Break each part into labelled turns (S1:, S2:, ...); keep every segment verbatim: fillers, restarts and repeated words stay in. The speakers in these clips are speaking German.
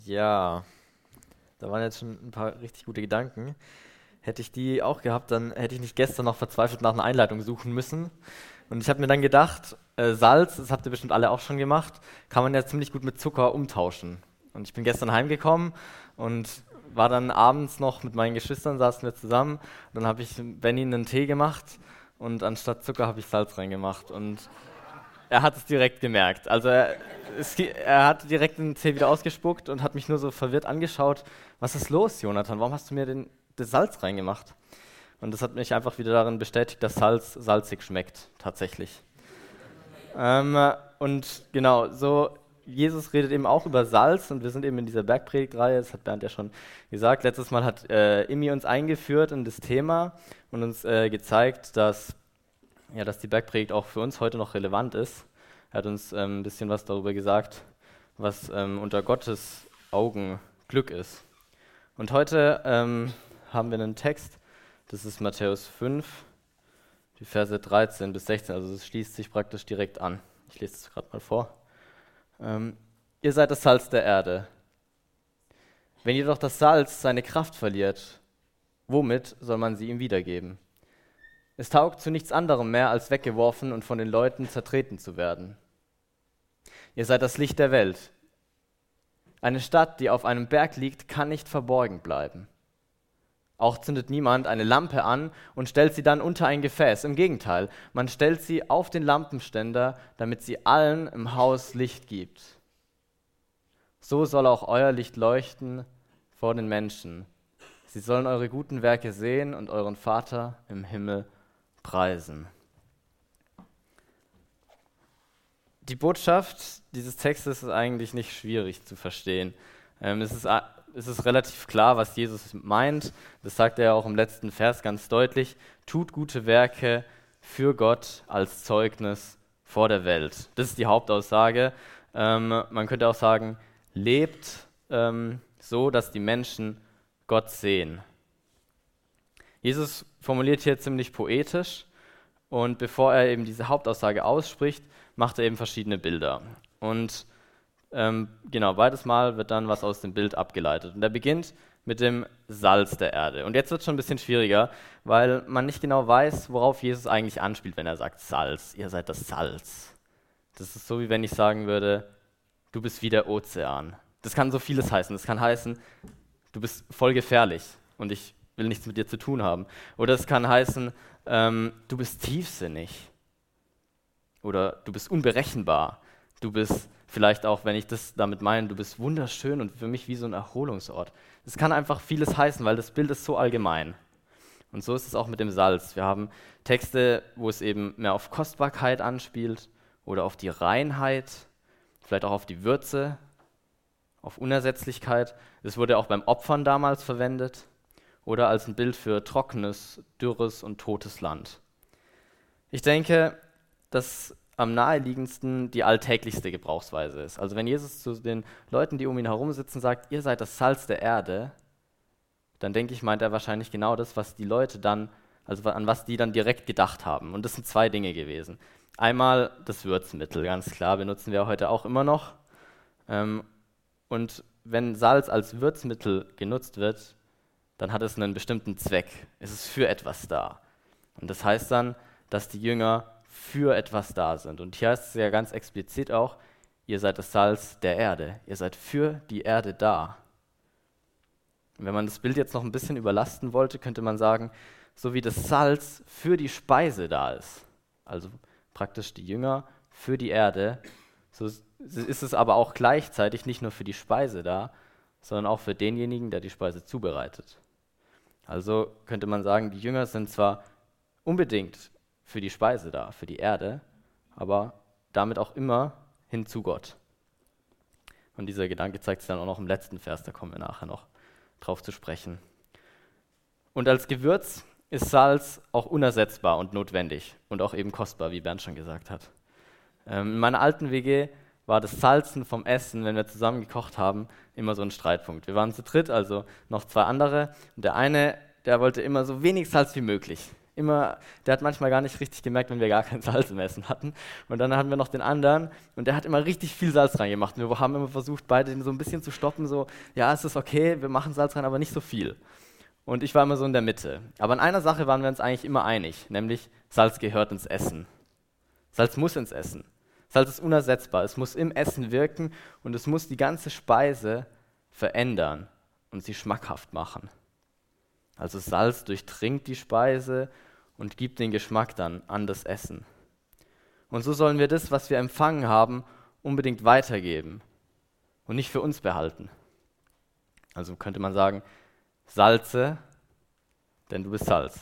S1: Ja, da waren jetzt schon ein paar richtig gute Gedanken. Hätte ich die auch gehabt, dann hätte ich nicht gestern noch verzweifelt nach einer Einleitung suchen müssen. Und ich habe mir dann gedacht, äh, Salz, das habt ihr bestimmt alle auch schon gemacht, kann man ja ziemlich gut mit Zucker umtauschen. Und ich bin gestern heimgekommen und war dann abends noch mit meinen Geschwistern, saßen wir zusammen. Dann habe ich Benny einen Tee gemacht und anstatt Zucker habe ich Salz reingemacht. Und er hat es direkt gemerkt. Also er, es, er hat direkt den Tee wieder ausgespuckt und hat mich nur so verwirrt angeschaut. Was ist los, Jonathan? Warum hast du mir den, das Salz reingemacht? Und das hat mich einfach wieder darin bestätigt, dass Salz salzig schmeckt, tatsächlich. Ähm, und genau, so, Jesus redet eben auch über Salz und wir sind eben in dieser Bergpredigtreihe, das hat Bernd ja schon gesagt. Letztes Mal hat äh, Imi uns eingeführt in das Thema und uns äh, gezeigt, dass Ja, dass die Bergpredigt auch für uns heute noch relevant ist. Er hat uns ähm, ein bisschen was darüber gesagt, was ähm, unter Gottes Augen Glück ist. Und heute ähm, haben wir einen Text, das ist Matthäus fünf, die Verse dreizehn bis sechzehn, also es schließt sich praktisch direkt an. Ich lese es gerade mal vor. Ähm, Ihr seid das Salz der Erde. Wenn jedoch das Salz seine Kraft verliert, womit soll man sie ihm wiedergeben? Es taugt zu nichts anderem mehr, als weggeworfen und von den Leuten zertreten zu werden. Ihr seid das Licht der Welt. Eine Stadt, die auf einem Berg liegt, kann nicht verborgen bleiben. Auch zündet niemand eine Lampe an und stellt sie dann unter ein Gefäß. Im Gegenteil, man stellt sie auf den Lampenständer, damit sie allen im Haus Licht gibt. So soll auch euer Licht leuchten vor den Menschen. Sie sollen eure guten Werke sehen und euren Vater im Himmel preisen. Die Botschaft dieses Textes ist eigentlich nicht schwierig zu verstehen. Ähm, es, ist, es ist relativ klar, was Jesus meint. Das sagt er auch im letzten Vers ganz deutlich. Tut gute Werke für Gott als Zeugnis vor der Welt. Das ist die Hauptaussage. Ähm, man könnte auch sagen, lebt ähm, so, dass die Menschen Gott sehen. Jesus formuliert hier ziemlich poetisch und bevor er eben diese Hauptaussage ausspricht, macht er eben verschiedene Bilder. Und ähm, genau, beides Mal wird dann was aus dem Bild abgeleitet. Und er beginnt mit dem Salz der Erde. Und jetzt wird es schon ein bisschen schwieriger, weil man nicht genau weiß, worauf Jesus eigentlich anspielt, wenn er sagt Salz. Ihr seid das Salz. Das ist so, wie wenn ich sagen würde, du bist wie der Ozean. Das kann so vieles heißen. Das kann heißen, du bist voll gefährlich und ich will nichts mit dir zu tun haben. Oder es kann heißen, ähm, du bist tiefsinnig. Oder du bist unberechenbar. Du bist vielleicht auch, wenn ich das damit meine, du bist wunderschön und für mich wie so ein Erholungsort. Es kann einfach vieles heißen, weil das Bild ist so allgemein. Und so ist es auch mit dem Salz. Wir haben Texte, wo es eben mehr auf Kostbarkeit anspielt oder auf die Reinheit, vielleicht auch auf die Würze, auf Unersetzlichkeit. Es wurde auch beim Opfern damals verwendet. Oder als ein Bild für trockenes, dürres und totes Land. Ich denke, dass am naheliegendsten die alltäglichste Gebrauchsweise ist. Also wenn Jesus zu den Leuten, die um ihn herum sitzen, sagt, ihr seid das Salz der Erde, dann denke ich, meint er wahrscheinlich genau das, was die Leute dann, also an was die dann direkt gedacht haben. Und das sind zwei Dinge gewesen. Einmal das Würzmittel, ganz klar, benutzen wir heute auch immer noch. Und wenn Salz als Würzmittel genutzt wird, dann hat es einen bestimmten Zweck. Es ist für etwas da. Und das heißt dann, dass die Jünger für etwas da sind. Und hier heißt es ja ganz explizit auch, ihr seid das Salz der Erde. Ihr seid für die Erde da. Und wenn man das Bild jetzt noch ein bisschen überlasten wollte, könnte man sagen, so wie das Salz für die Speise da ist, also praktisch die Jünger für die Erde, so ist es aber auch gleichzeitig nicht nur für die Speise da, sondern auch für denjenigen, der die Speise zubereitet. Also könnte man sagen, die Jünger sind zwar unbedingt für die Speise da, für die Erde, aber damit auch immer hin zu Gott. Und dieser Gedanke zeigt sich dann auch noch im letzten Vers, da kommen wir nachher noch drauf zu sprechen. Und als Gewürz ist Salz auch unersetzbar und notwendig und auch eben kostbar, wie Bernd schon gesagt hat. Ähm, in meiner alten W G war das Salzen vom Essen, wenn wir zusammen gekocht haben, immer so ein Streitpunkt. Wir waren zu dritt, also noch zwei andere. Und der eine, der wollte immer so wenig Salz wie möglich. immer, der hat manchmal gar nicht richtig gemerkt, wenn wir gar kein Salz im Essen hatten. Und dann hatten wir noch den anderen und der hat immer richtig viel Salz reingemacht. Und wir haben immer versucht, beide den so ein bisschen zu stoppen, so, ja, es ist okay, wir machen Salz rein, aber nicht so viel. Und ich war immer so in der Mitte. Aber in einer Sache waren wir uns eigentlich immer einig, nämlich Salz gehört ins Essen. Salz muss ins Essen. Salz ist unersetzbar. Es muss im Essen wirken und es muss die ganze Speise verändern und sie schmackhaft machen. Also Salz durchdringt die Speise und gibt den Geschmack dann an das Essen. Und so sollen wir das, was wir empfangen haben, unbedingt weitergeben und nicht für uns behalten. Also könnte man sagen, salze, denn du bist Salz.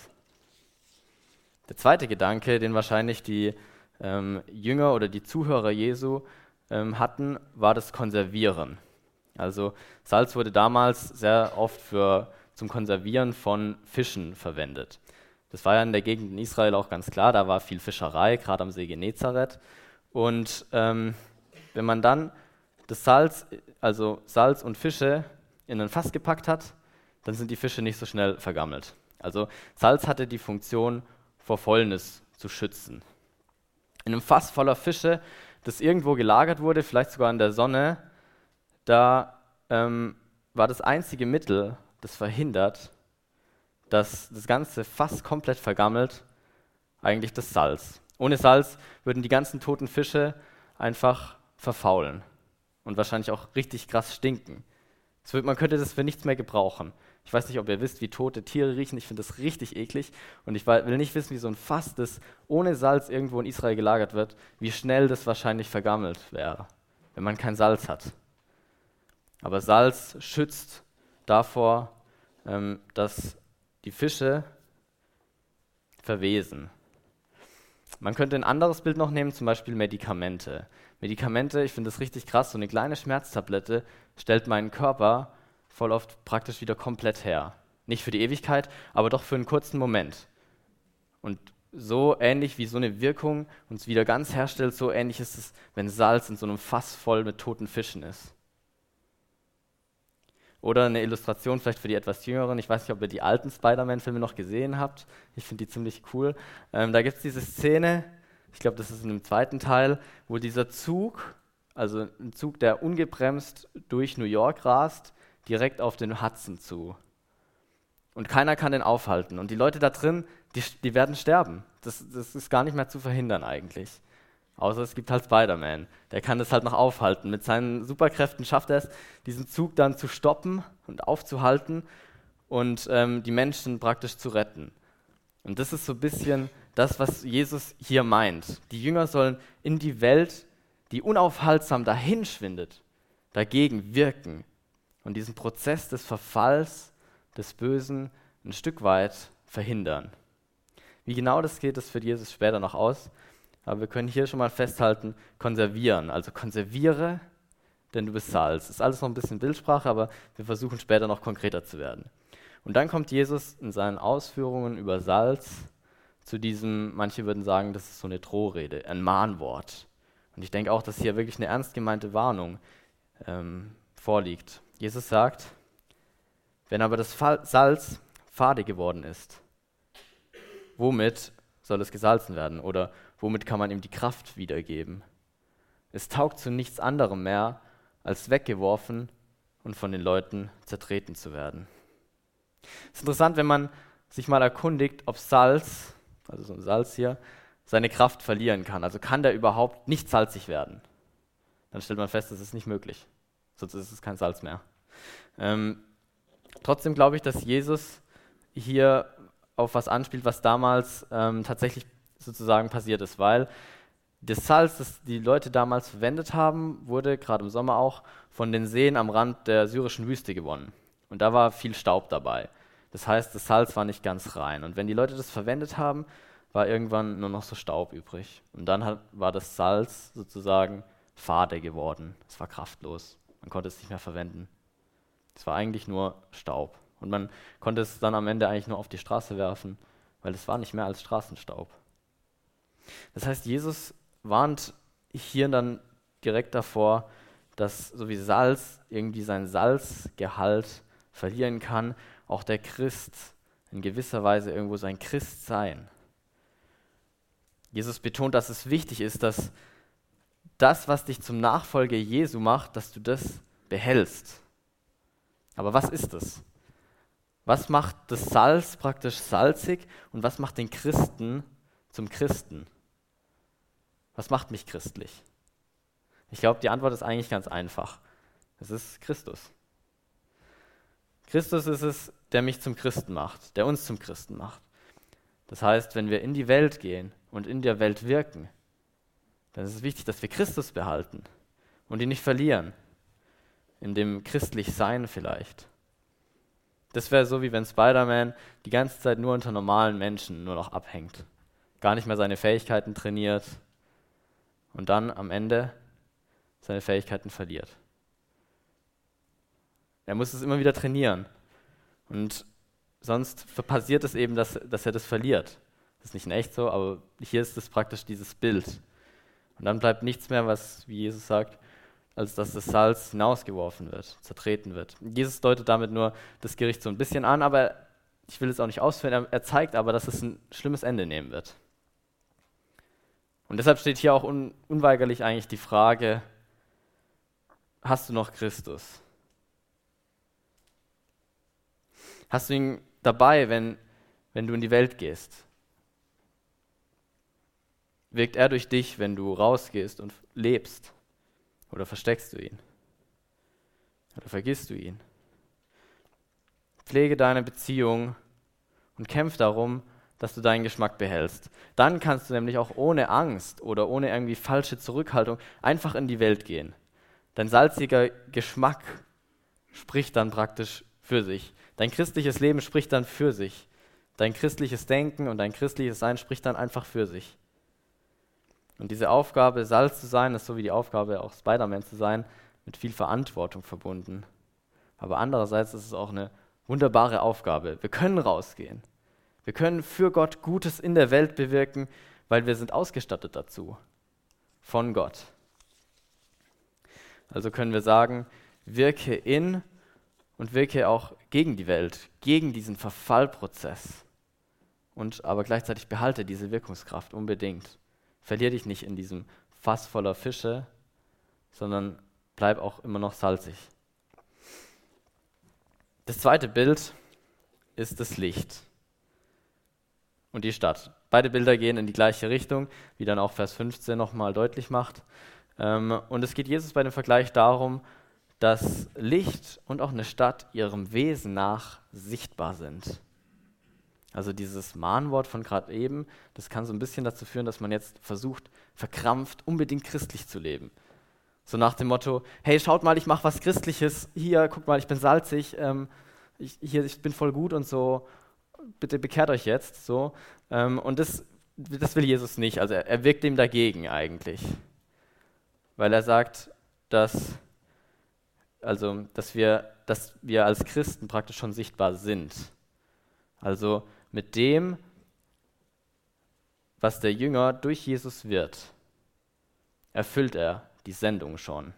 S1: Der zweite Gedanke, den wahrscheinlich die ähm, Jünger oder die Zuhörer Jesu ähm, hatten, war das Konservieren. Also Salz wurde damals sehr oft für, zum Konservieren von Fischen verwendet. Das war ja in der Gegend in Israel auch ganz klar, da war viel Fischerei, gerade am See Genezareth. Und ähm, wenn man dann das Salz, also Salz und Fische in ein Fass gepackt hat, dann sind die Fische nicht so schnell vergammelt. Also Salz hatte die Funktion, vor Fäulnis zu schützen. In einem Fass voller Fische, das irgendwo gelagert wurde, vielleicht sogar in der Sonne, da ähm, war das einzige Mittel, das verhindert, dass das ganze Fass komplett vergammelt, eigentlich das Salz. Ohne Salz würden die ganzen toten Fische einfach verfaulen und wahrscheinlich auch richtig krass stinken. Es wird, man könnte das für nichts mehr gebrauchen. Ich weiß nicht, ob ihr wisst, wie tote Tiere riechen. Ich finde das richtig eklig. Und ich will nicht wissen, wie so ein Fass, das ohne Salz irgendwo in Israel gelagert wird, wie schnell das wahrscheinlich vergammelt wäre, wenn man kein Salz hat. Aber Salz schützt davor, ähm, dass die Fische verwesen. Man könnte ein anderes Bild noch nehmen, zum Beispiel Medikamente. Medikamente, ich finde das richtig krass, so eine kleine Schmerztablette stellt meinen Körper voll oft praktisch wieder komplett her. Nicht für die Ewigkeit, aber doch für einen kurzen Moment. Und so ähnlich wie so eine Wirkung uns wieder ganz herstellt, so ähnlich ist es, wenn Salz in so einem Fass voll mit toten Fischen ist. Oder eine Illustration vielleicht für die etwas Jüngeren. Ich weiß nicht, ob ihr die alten Spider-Man-Filme noch gesehen habt. Ich finde die ziemlich cool. Ähm, da gibt es diese Szene, ich glaube, das ist in dem zweiten Teil, wo dieser Zug, also ein Zug, der ungebremst durch New York rast, direkt auf den Hudson zu. Und keiner kann den aufhalten. Und die Leute da drin, die, die werden sterben. Das, das ist gar nicht mehr zu verhindern eigentlich. Außer es gibt halt Spider-Man. Der kann das halt noch aufhalten. Mit seinen Superkräften schafft er es, diesen Zug dann zu stoppen und aufzuhalten und ähm, die Menschen praktisch zu retten. Und das ist so ein bisschen das, was Jesus hier meint. Die Jünger sollen in die Welt, die unaufhaltsam dahinschwindet, dagegen wirken und diesen Prozess des Verfalls des Bösen ein Stück weit verhindern. Wie genau das geht, das führt Jesus später noch aus. Aber wir können hier schon mal festhalten, konservieren. Also konserviere, denn du bist Salz. Das ist alles noch ein bisschen Bildsprache, aber wir versuchen später noch konkreter zu werden. Und dann kommt Jesus in seinen Ausführungen über Salz zu diesem, manche würden sagen, das ist so eine Drohrede, ein Mahnwort. Und ich denke auch, dass hier wirklich eine ernst gemeinte Warnung ähm, vorliegt. Jesus sagt, wenn aber das Salz fade geworden ist, womit soll es gesalzen werden? Oder womit kann man ihm die Kraft wiedergeben? Es taugt zu nichts anderem mehr, als weggeworfen und von den Leuten zertreten zu werden. Es ist interessant, wenn man sich mal erkundigt, ob Salz, also so ein Salz hier, seine Kraft verlieren kann. Also kann der überhaupt nicht salzig werden? Dann stellt man fest, das ist nicht möglich. Sonst ist es kein Salz mehr. Ähm, trotzdem glaube ich, dass Jesus hier auf was anspielt, was damals ähm, tatsächlich sozusagen passiert ist, weil das Salz, das die Leute damals verwendet haben, wurde gerade im Sommer auch von den Seen am Rand der syrischen Wüste gewonnen. Und da war viel Staub dabei. Das heißt, das Salz war nicht ganz rein. Und wenn die Leute das verwendet haben, war irgendwann nur noch so Staub übrig. Und dann hat, war das Salz sozusagen fade geworden. Es war kraftlos. Man konnte es nicht mehr verwenden. Es war eigentlich nur Staub. Und man konnte es dann am Ende eigentlich nur auf die Straße werfen, weil es war nicht mehr als Straßenstaub. Das heißt, Jesus warnt hier dann direkt davor, dass so wie Salz irgendwie sein Salzgehalt verlieren kann, auch der Christ in gewisser Weise irgendwo sein Christsein Jesus betont, dass es wichtig ist, dass das, was dich zum Nachfolger Jesu macht, dass du das behältst. Aber was ist es? Was macht das Salz praktisch salzig und was macht den Christen zum Christen? Was macht mich christlich? Ich glaube, die Antwort ist eigentlich ganz einfach. Es ist Christus. Christus ist es, der mich zum Christen macht, der uns zum Christen macht. Das heißt, wenn wir in die Welt gehen und in der Welt wirken, dann ist es wichtig, dass wir Christus behalten und ihn nicht verlieren, in dem Christlich-Sein vielleicht. Das wäre so, wie wenn Spider-Man die ganze Zeit nur unter normalen Menschen nur noch abhängt, gar nicht mehr seine Fähigkeiten trainiert und dann am Ende seine Fähigkeiten verliert. Er muss es immer wieder trainieren und sonst passiert es eben, dass, dass er das verliert. Das ist nicht in echt so, aber hier ist es praktisch dieses Bild. Und dann bleibt nichts mehr, was, wie Jesus sagt, als dass das Salz hinausgeworfen wird, zertreten wird. Jesus deutet damit nur das Gericht so ein bisschen an, aber ich will es auch nicht ausführen. Er, er zeigt aber, dass es ein schlimmes Ende nehmen wird. Und deshalb steht hier auch un, unweigerlich eigentlich die Frage, hast du noch Christus? Hast du ihn dabei, wenn, wenn du in die Welt gehst? Wirkt er durch dich, wenn du rausgehst und lebst? Oder versteckst du ihn? Oder vergisst du ihn? Pflege deine Beziehung und kämpf darum, dass du deinen Geschmack behältst. Dann kannst du nämlich auch ohne Angst oder ohne irgendwie falsche Zurückhaltung einfach in die Welt gehen. Dein salziger Geschmack spricht dann praktisch für sich. Dein christliches Leben spricht dann für sich. Dein christliches Denken und dein christliches Sein spricht dann einfach für sich. Und diese Aufgabe, Salz zu sein, ist so wie die Aufgabe, auch Spider-Man zu sein, mit viel Verantwortung verbunden. Aber andererseits ist es auch eine wunderbare Aufgabe. Wir können rausgehen. Wir können für Gott Gutes in der Welt bewirken, weil wir sind ausgestattet dazu. Von Gott. Also können wir sagen, wirke in und wirke auch gegen die Welt, gegen diesen Verfallprozess. Und aber gleichzeitig behalte diese Wirkungskraft unbedingt. Verlier dich nicht in diesem Fass voller Fische, sondern bleib auch immer noch salzig. Das zweite Bild ist das Licht und die Stadt. Beide Bilder gehen in die gleiche Richtung, wie dann auch Vers fünfzehn nochmal deutlich macht. Und es geht Jesus bei dem Vergleich darum, dass Licht und auch eine Stadt ihrem Wesen nach sichtbar sind. Also dieses Mahnwort von gerade eben, das kann so ein bisschen dazu führen, dass man jetzt versucht, verkrampft, unbedingt christlich zu leben. So nach dem Motto, hey, schaut mal, ich mache was Christliches, hier, guck mal, ich bin salzig, ähm, ich, hier, ich bin voll gut und so, bitte bekehrt euch jetzt. So. Ähm, und das, das will Jesus nicht, also er, er wirkt dem dagegen eigentlich. Weil er sagt, dass, also, dass, wir, dass wir als Christen praktisch schon sichtbar sind. Also mit dem, was der Jünger durch Jesus wird, erfüllt er die Sendung schon.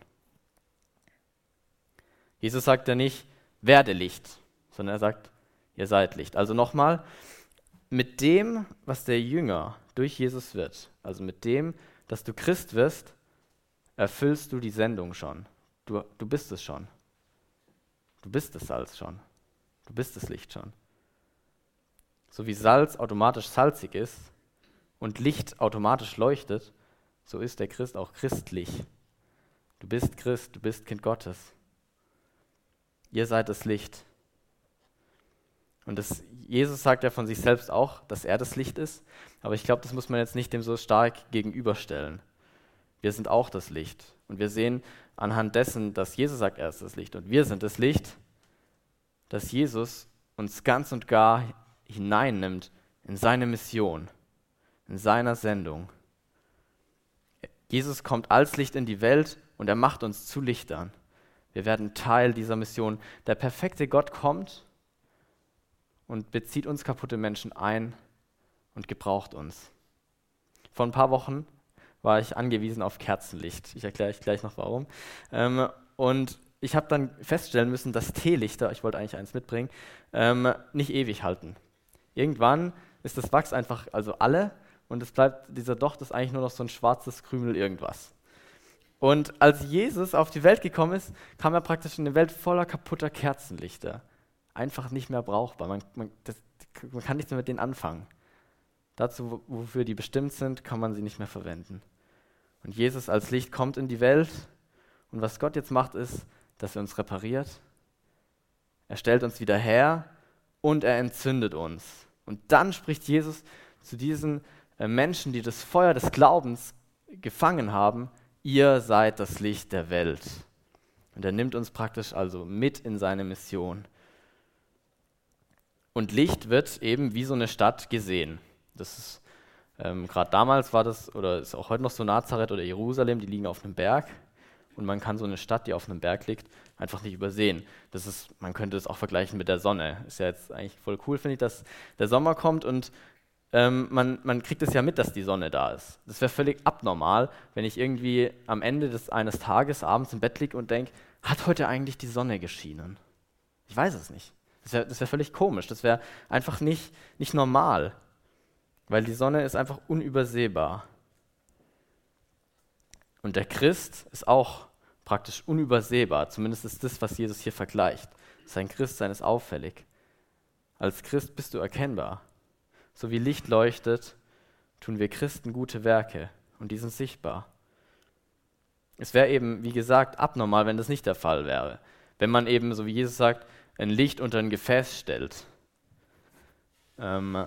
S1: Jesus sagt ja nicht, werde Licht, sondern er sagt, ihr seid Licht. Also nochmal, mit dem, was der Jünger durch Jesus wird, also mit dem, dass du Christ wirst, erfüllst du die Sendung schon. Du, du bist es schon. Du bist das Salz schon. Du bist das Licht schon. So wie Salz automatisch salzig ist und Licht automatisch leuchtet, so ist der Christ auch christlich. Du bist Christ, du bist Kind Gottes. Ihr seid das Licht. Und das, Jesus sagt ja von sich selbst auch, dass er das Licht ist, aber ich glaube, das muss man jetzt nicht dem so stark gegenüberstellen. Wir sind auch das Licht. Und wir sehen anhand dessen, dass Jesus sagt, er ist das Licht und wir sind das Licht, dass Jesus uns ganz und gar hineinnimmt in seine Mission, in seiner Sendung. Jesus kommt als Licht in die Welt und er macht uns zu Lichtern. Wir werden Teil dieser Mission. Der perfekte Gott kommt und bezieht uns kaputte Menschen ein und gebraucht uns. Vor ein paar Wochen war ich angewiesen auf Kerzenlicht. Ich erkläre euch gleich noch warum. Ähm, und ich habe dann feststellen müssen, dass Teelichter, ich wollte eigentlich eins mitbringen, ähm, nicht ewig halten. Irgendwann ist das Wachs einfach, also alle, und es bleibt, dieser Docht ist eigentlich nur noch so ein schwarzes Krümel irgendwas. Und als Jesus auf die Welt gekommen ist, kam er praktisch in eine Welt voller kaputter Kerzenlichter. Einfach nicht mehr brauchbar. Man, man, das, man kann nichts mehr mit denen anfangen. Dazu, wofür die bestimmt sind, kann man sie nicht mehr verwenden. Und Jesus als Licht kommt in die Welt. Und was Gott jetzt macht, ist, dass er uns repariert. Er stellt uns wieder her und er entzündet uns. Und dann spricht Jesus zu diesen äh, Menschen, die das Feuer des Glaubens gefangen haben: Ihr seid das Licht der Welt. Und er nimmt uns praktisch also mit in seine Mission. Und Licht wird eben wie so eine Stadt gesehen. Das ist, ähm, gerade damals war das, oder ist auch heute noch so, Nazareth oder Jerusalem, die liegen auf einem Berg. Und man kann so eine Stadt, die auf einem Berg liegt, einfach nicht übersehen. Das ist, man könnte es auch vergleichen mit der Sonne. Ist ja jetzt eigentlich voll cool, finde ich, dass der Sommer kommt und ähm, man, man kriegt es ja mit, dass die Sonne da ist. Das wäre völlig abnormal, wenn ich irgendwie am Ende des eines Tages abends im Bett liege und denke, hat heute eigentlich die Sonne geschienen? Ich weiß es nicht. Das wäre das wär völlig komisch. Das wäre einfach nicht, nicht normal, weil die Sonne ist einfach unübersehbar. Und der Christ ist auch praktisch unübersehbar. Zumindest ist das, was Jesus hier vergleicht. Sein Christsein ist auffällig. Als Christ bist du erkennbar. So wie Licht leuchtet, tun wir Christen gute Werke und die sind sichtbar. Es wäre eben, wie gesagt, abnormal, wenn das nicht der Fall wäre. Wenn man eben, so wie Jesus sagt, ein Licht unter ein Gefäß stellt ähm,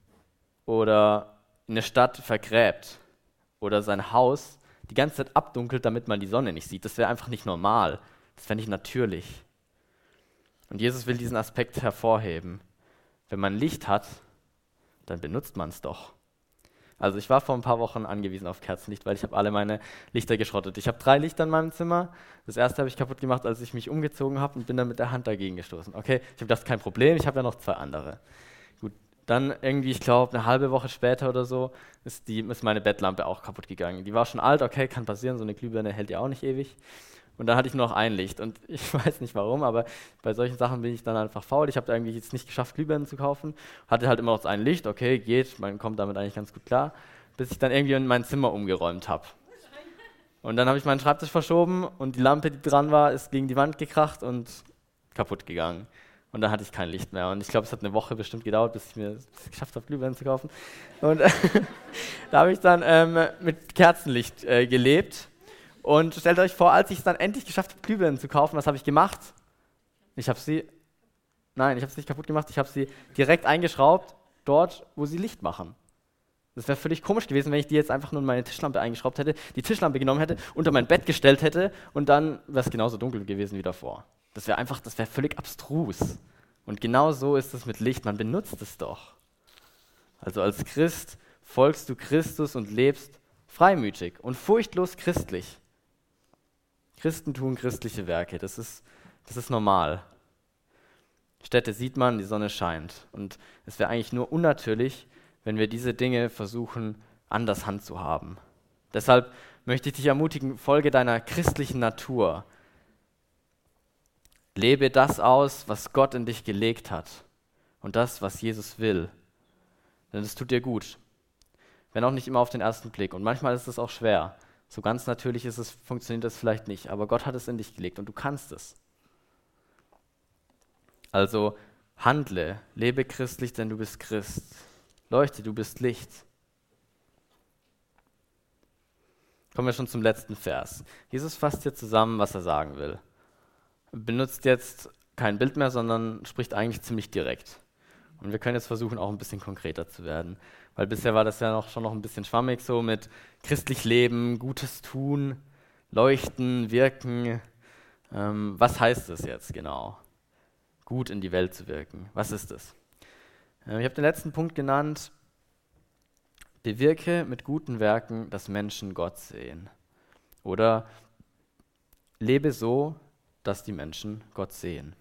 S1: oder eine Stadt vergräbt oder sein Haus die ganze Zeit abdunkelt, damit man die Sonne nicht sieht. Das wäre einfach nicht normal. Das wäre nicht natürlich. Und Jesus will diesen Aspekt hervorheben. Wenn man Licht hat, dann benutzt man es doch. Also ich war vor ein paar Wochen angewiesen auf Kerzenlicht, weil ich habe alle meine Lichter geschrottet. Ich habe drei Lichter in meinem Zimmer. Das erste habe ich kaputt gemacht, als ich mich umgezogen habe und bin dann mit der Hand dagegen gestoßen. Okay, ich habe gedacht, kein Problem, ich habe ja noch zwei andere. Gut, dann irgendwie, ich glaube, eine halbe Woche später oder so, ist, die, ist meine Bettlampe auch kaputt gegangen. Die war schon alt, okay, kann passieren, so eine Glühbirne hält ja auch nicht ewig. Und dann hatte ich nur noch ein Licht und ich weiß nicht warum, aber bei solchen Sachen bin ich dann einfach faul. Ich habe irgendwie jetzt nicht geschafft, Glühbirnen zu kaufen. Hatte halt immer noch ein Licht, okay, geht, man kommt damit eigentlich ganz gut klar, bis ich dann irgendwie in mein Zimmer umgeräumt habe. Und dann habe ich meinen Schreibtisch verschoben und die Lampe, die dran war, ist gegen die Wand gekracht und kaputt gegangen. Und dann hatte ich kein Licht mehr. Und ich glaube, es hat eine Woche bestimmt gedauert, bis ich mir es geschafft habe, Glühbirnen zu kaufen. Und da habe ich dann ähm, mit Kerzenlicht äh, gelebt. Und stellt euch vor, als ich es dann endlich geschafft habe, Glühbirnen zu kaufen, was habe ich gemacht? Ich habe sie, nein, ich habe sie nicht kaputt gemacht, ich habe sie direkt eingeschraubt, dort, wo sie Licht machen. Das wäre völlig komisch gewesen, wenn ich die jetzt einfach nur in meine Tischlampe eingeschraubt hätte, die Tischlampe genommen hätte, unter mein Bett gestellt hätte und dann wäre es genauso dunkel gewesen wie davor. Das wäre einfach, das wäre völlig abstrus. Und genau so ist es mit Licht, man benutzt es doch. Also als Christ folgst du Christus und lebst freimütig und furchtlos christlich. Christen tun christliche Werke, das ist, das ist normal. Städte sieht man, die Sonne scheint. Und es wäre eigentlich nur unnatürlich, wenn wir diese Dinge versuchen, anders handzuhaben. Deshalb möchte ich dich ermutigen, folge deiner christlichen Natur. Lebe das aus, was Gott in dich gelegt hat und das, was Jesus will. Denn es tut dir gut. Wenn auch nicht immer auf den ersten Blick. Und manchmal ist es auch schwer. So ganz natürlich ist es, funktioniert das vielleicht nicht, aber Gott hat es in dich gelegt und du kannst es. Also handle, lebe christlich, denn du bist Christ. Leuchte, du bist Licht. Kommen wir schon zum letzten Vers. Jesus fasst hier zusammen, was er sagen will. Er benutzt jetzt kein Bild mehr, sondern spricht eigentlich ziemlich direkt. Und wir können jetzt versuchen, auch ein bisschen konkreter zu werden. Weil bisher war das ja noch, schon noch ein bisschen schwammig, so mit christlich leben, Gutes tun, leuchten, wirken. Ähm, was heißt das jetzt genau? Gut in die Welt zu wirken. Was ist das? Äh, ich habe den letzten Punkt genannt. Bewirke mit guten Werken, dass Menschen Gott sehen. Oder lebe so, dass die Menschen Gott sehen.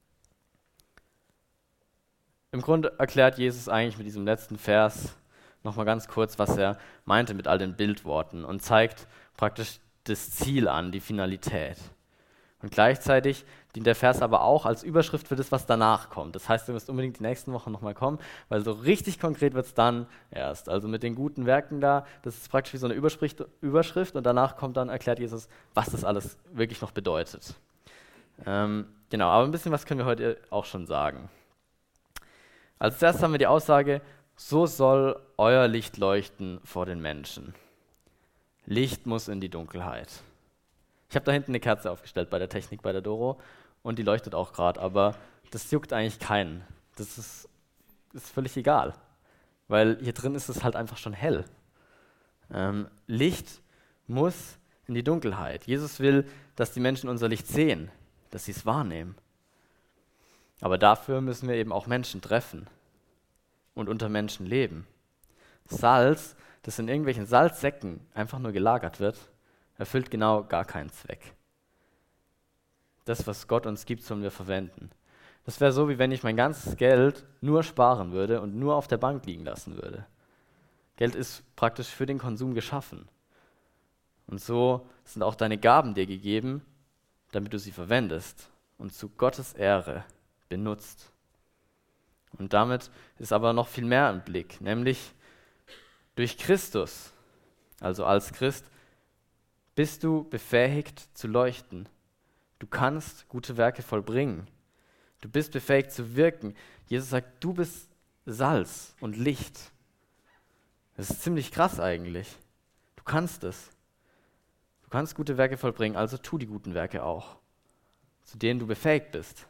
S1: Im Grunde erklärt Jesus eigentlich mit diesem letzten Vers nochmal ganz kurz, was er meinte mit all den Bildworten und zeigt praktisch das Ziel an, die Finalität. Und gleichzeitig dient der Vers aber auch als Überschrift für das, was danach kommt. Das heißt, du wirst unbedingt die nächsten Wochen nochmal kommen, weil so richtig konkret wird es dann erst. Also mit den guten Werken da, das ist praktisch wie so eine Überschrift, Überschrift und danach kommt dann, erklärt Jesus, was das alles wirklich noch bedeutet. Ähm, genau, aber ein bisschen was können wir heute auch schon sagen. Als erstes haben wir die Aussage, so soll euer Licht leuchten vor den Menschen. Licht muss in die Dunkelheit. Ich habe da hinten eine Kerze aufgestellt bei der Technik, bei der Doro, und die leuchtet auch gerade, aber das juckt eigentlich keinen. Das ist, ist völlig egal, weil hier drin ist es halt einfach schon hell. Ähm, Licht muss in die Dunkelheit. Jesus will, dass die Menschen unser Licht sehen, dass sie es wahrnehmen. Aber dafür müssen wir eben auch Menschen treffen und unter Menschen leben. Salz, das in irgendwelchen Salzsäcken einfach nur gelagert wird, erfüllt genau gar keinen Zweck. Das, was Gott uns gibt, sollen wir verwenden. Das wäre so, wie wenn ich mein ganzes Geld nur sparen würde und nur auf der Bank liegen lassen würde. Geld ist praktisch für den Konsum geschaffen. Und so sind auch deine Gaben dir gegeben, damit du sie verwendest und zu Gottes Ehre benutzt. Und damit ist aber noch viel mehr im Blick, nämlich durch Christus, also als Christ, bist du befähigt zu leuchten. Du kannst gute Werke vollbringen. Du bist befähigt zu wirken. Jesus sagt, du bist Salz und Licht. Das ist ziemlich krass eigentlich. Du kannst es. Du kannst gute Werke vollbringen, also tu die guten Werke auch, zu denen du befähigt bist.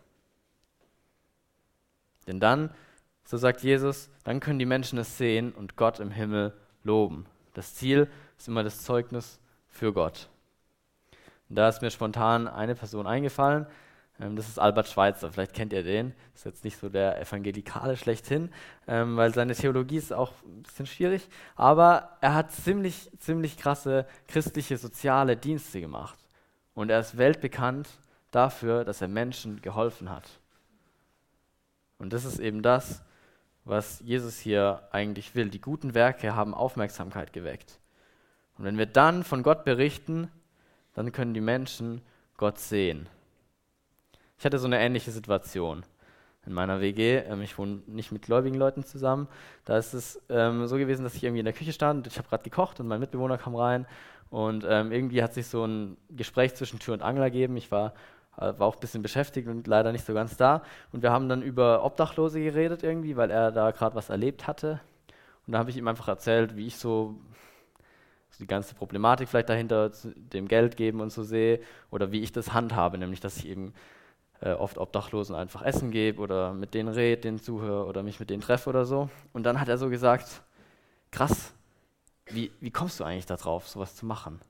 S1: Denn dann, so sagt Jesus, dann können die Menschen es sehen und Gott im Himmel loben. Das Ziel ist immer das Zeugnis für Gott. Und da ist mir spontan eine Person eingefallen, ähm, das ist Albert Schweitzer, vielleicht kennt ihr den, ist jetzt nicht so der Evangelikale schlechthin, ähm, weil seine Theologie ist auch ein bisschen schwierig, aber er hat ziemlich, ziemlich krasse christliche, soziale Dienste gemacht. Und er ist weltbekannt dafür, dass er Menschen geholfen hat. Und das ist eben das, was Jesus hier eigentlich will. Die guten Werke haben Aufmerksamkeit geweckt. Und wenn wir dann von Gott berichten, dann können die Menschen Gott sehen. Ich hatte so eine ähnliche Situation in meiner W G. Ähm, ich wohne nicht mit gläubigen Leuten zusammen. Da ist es ähm, so gewesen, dass ich irgendwie in der Küche stand. Ich habe gerade gekocht und mein Mitbewohner kam rein. Und ähm, irgendwie hat sich so ein Gespräch zwischen Tür und Angel ergeben. Ich war, äh, war auch ein bisschen beschäftigt und leider nicht so ganz da. Und wir haben dann über Obdachlose geredet irgendwie, weil er da gerade was erlebt hatte. Und da habe ich ihm einfach erzählt, wie ich so die ganze Problematik vielleicht dahinter, dem Geld geben und so sehe, oder wie ich das handhabe, nämlich dass ich eben äh, oft Obdachlosen einfach Essen gebe oder mit denen rede, denen zuhöre oder mich mit denen treffe oder so. Und dann hat er so gesagt, krass, wie, wie kommst du eigentlich da drauf, sowas zu machen?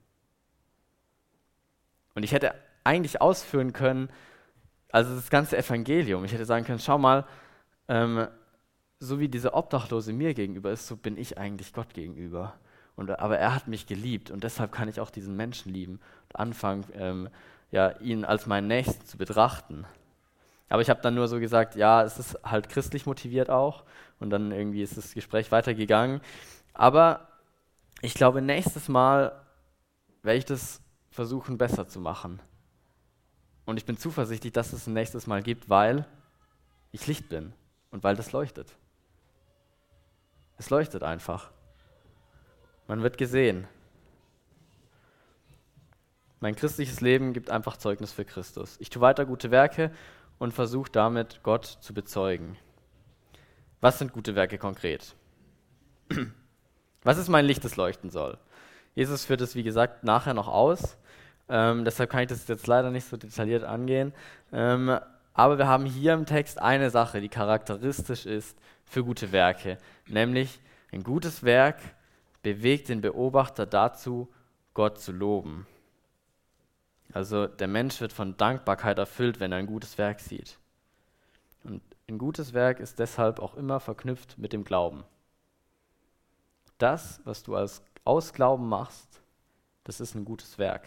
S1: Und ich hätte eigentlich ausführen können, also das ganze Evangelium, ich hätte sagen können, schau mal, ähm, so wie dieser Obdachlose mir gegenüber ist, so bin ich eigentlich Gott gegenüber. Und, aber er hat mich geliebt und deshalb kann ich auch diesen Menschen lieben und anfangen, ähm, ja, ihn als meinen Nächsten zu betrachten. Aber ich habe dann nur so gesagt, ja, es ist halt christlich motiviert auch und dann irgendwie ist das Gespräch weitergegangen. Aber ich glaube, nächstes Mal werde ich das versuchen, besser zu machen. Und ich bin zuversichtlich, dass es ein nächstes Mal gibt, weil ich Licht bin und weil das leuchtet. Es leuchtet einfach. Man wird gesehen. Mein christliches Leben gibt einfach Zeugnis für Christus. Ich tue weiter gute Werke und versuche damit, Gott zu bezeugen. Was sind gute Werke konkret? Was ist mein Licht, das leuchten soll? Jesus führt es, wie gesagt, nachher noch aus. Ähm, deshalb kann ich das jetzt leider nicht so detailliert angehen. Ähm, aber wir haben hier im Text eine Sache, die charakteristisch ist für gute Werke. Nämlich ein gutes Werk bewegt den Beobachter dazu, Gott zu loben. Also der Mensch wird von Dankbarkeit erfüllt, wenn er ein gutes Werk sieht. Und ein gutes Werk ist deshalb auch immer verknüpft mit dem Glauben. Das, was du als aus Glauben machst, das ist ein gutes Werk.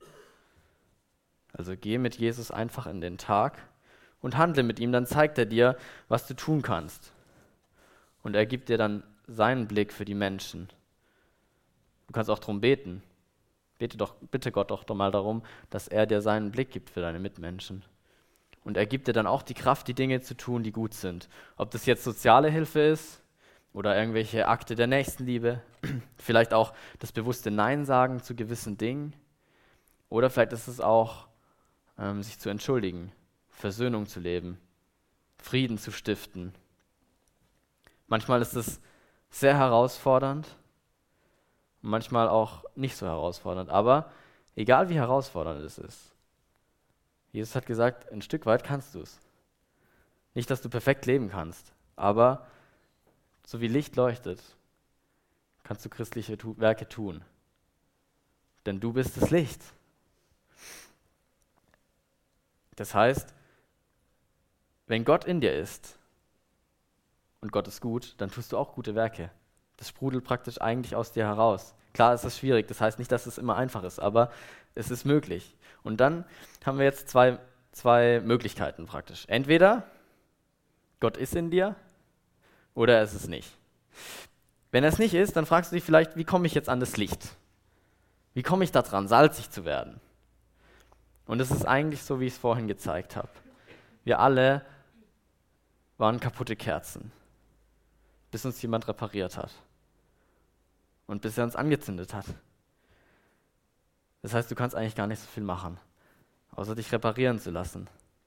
S1: Also geh mit Jesus einfach in den Tag und handle mit ihm, dann zeigt er dir, was du tun kannst. Und er gibt dir dann seinen Blick für die Menschen. Du kannst auch darum beten. Bete doch, bitte Gott doch, doch mal darum, dass er dir seinen Blick gibt für deine Mitmenschen. Und er gibt dir dann auch die Kraft, die Dinge zu tun, die gut sind. Ob das jetzt soziale Hilfe ist oder irgendwelche Akte der Nächstenliebe, vielleicht auch das bewusste Nein sagen zu gewissen Dingen. Oder vielleicht ist es auch, ähm, sich zu entschuldigen, Versöhnung zu leben, Frieden zu stiften. Manchmal ist es sehr herausfordernd und manchmal auch nicht so herausfordernd. Aber egal wie herausfordernd es ist, Jesus hat gesagt, ein Stück weit kannst du es. Nicht, dass du perfekt leben kannst, aber so wie Licht leuchtet, kannst du christliche tu- Werke tun. Denn du bist das Licht. Das heißt, wenn Gott in dir ist und Gott ist gut, dann tust du auch gute Werke. Das sprudelt praktisch eigentlich aus dir heraus. Klar, es ist schwierig, das heißt nicht, dass es immer einfach ist, aber es ist möglich. Und dann haben wir jetzt zwei, zwei Möglichkeiten praktisch. Entweder Gott ist in dir oder er ist es nicht. Wenn er es nicht ist, dann fragst du dich vielleicht, wie komme ich jetzt an das Licht? Wie komme ich da dran, salzig zu werden? Und es ist eigentlich so, wie ich es vorhin gezeigt habe. Wir alle waren kaputte Kerzen, bis uns jemand repariert hat und bis er uns angezündet hat. Das heißt, du kannst eigentlich gar nicht so viel machen, außer dich reparieren zu lassen,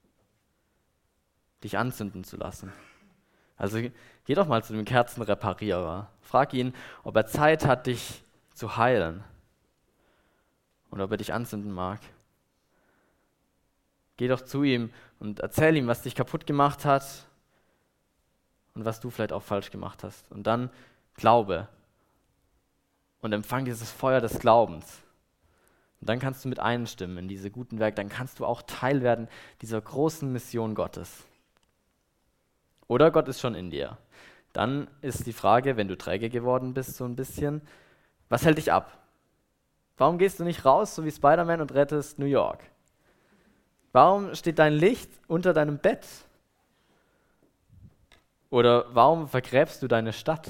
S1: dich anzünden zu lassen. Also geh doch mal zu dem Kerzenreparierer, frag ihn, ob er Zeit hat, dich zu heilen und ob er dich anzünden mag. Geh doch zu ihm und erzähl ihm, was dich kaputt gemacht hat und was du vielleicht auch falsch gemacht hast. Und dann glaube und empfang dieses Feuer des Glaubens. Und dann kannst du mit einstimmen in diese guten Werke, dann kannst du auch Teil werden dieser großen Mission Gottes. Oder Gott ist schon in dir. Dann ist die Frage, wenn du träge geworden bist, so ein bisschen, was hält dich ab? Warum gehst du nicht raus, so wie Spider-Man, und rettest New York? Warum steht dein Licht unter deinem Bett? Oder warum vergräbst du deine Stadt?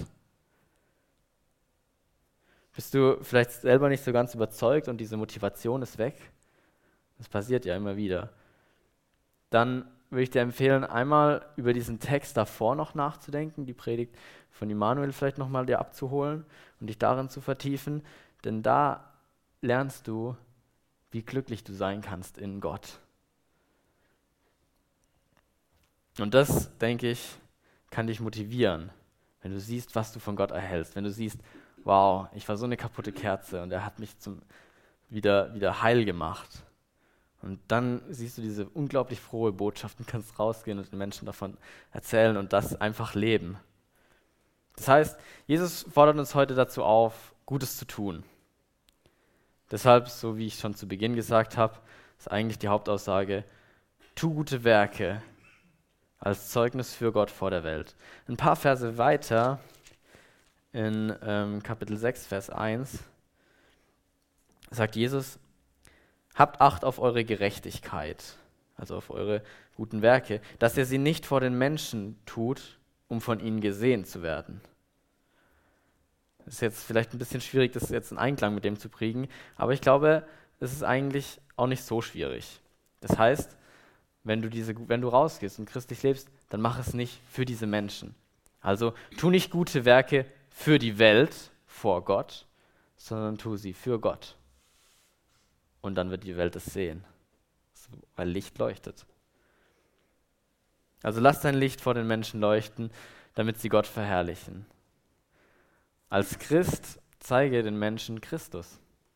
S1: Bist du vielleicht selber nicht so ganz überzeugt und diese Motivation ist weg? Das passiert ja immer wieder. Dann würde ich dir empfehlen, einmal über diesen Text davor noch nachzudenken, die Predigt von Immanuel vielleicht nochmal dir abzuholen und dich darin zu vertiefen, denn da lernst du, wie glücklich du sein kannst in Gott. Und das, denke ich, kann dich motivieren, wenn du siehst, was du von Gott erhältst, wenn du siehst, wow, ich war so eine kaputte Kerze und er hat mich zum wieder, wieder heil gemacht. Und dann siehst du diese unglaublich frohe Botschaft und kannst rausgehen und den Menschen davon erzählen und das einfach leben. Das heißt, Jesus fordert uns heute dazu auf, Gutes zu tun. Deshalb, so wie ich schon zu Beginn gesagt habe, ist eigentlich die Hauptaussage, tu gute Werke als Zeugnis für Gott vor der Welt. Ein paar Verse weiter, in ähm, Kapitel sechs, Vers eins, sagt Jesus, habt Acht auf eure Gerechtigkeit, also auf eure guten Werke, dass ihr sie nicht vor den Menschen tut, um von ihnen gesehen zu werden. Das ist jetzt vielleicht ein bisschen schwierig, das jetzt in Einklang mit dem zu bringen, aber ich glaube, es ist eigentlich auch nicht so schwierig. Das heißt, wenn du, diese, wenn du rausgehst und christlich lebst, dann mach es nicht für diese Menschen. Also tu nicht gute Werke für die Welt vor Gott, sondern tu sie für Gott. Und dann wird die Welt es sehen, weil Licht leuchtet. Also lass dein Licht vor den Menschen leuchten, damit sie Gott verherrlichen. Als Christ zeige den Menschen Christus.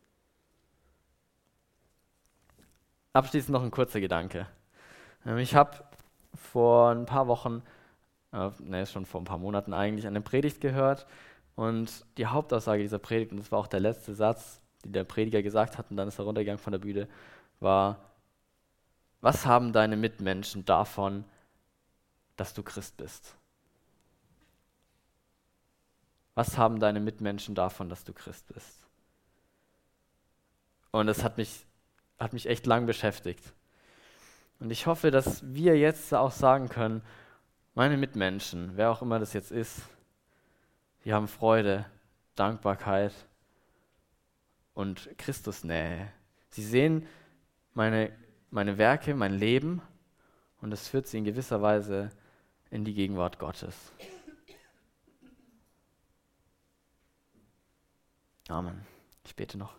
S1: Abschließend noch ein kurzer Gedanke. Ich habe vor ein paar Wochen, äh, ne, schon vor ein paar Monaten eigentlich, eine Predigt gehört und die Hauptaussage dieser Predigt, und das war auch der letzte Satz, den der Prediger gesagt hat, und dann ist er runtergegangen von der Bühne, war, was haben deine Mitmenschen davon, dass du Christ bist? Was haben deine Mitmenschen davon, dass du Christ bist? Und das hat mich, hat mich echt lang beschäftigt. Und ich hoffe, dass wir jetzt auch sagen können, meine Mitmenschen, wer auch immer das jetzt ist, die haben Freude, Dankbarkeit
S2: und Christusnähe. Sie sehen meine, meine Werke, mein Leben und es führt sie in gewisser Weise in die Gegenwart Gottes. Amen. Ich bete noch.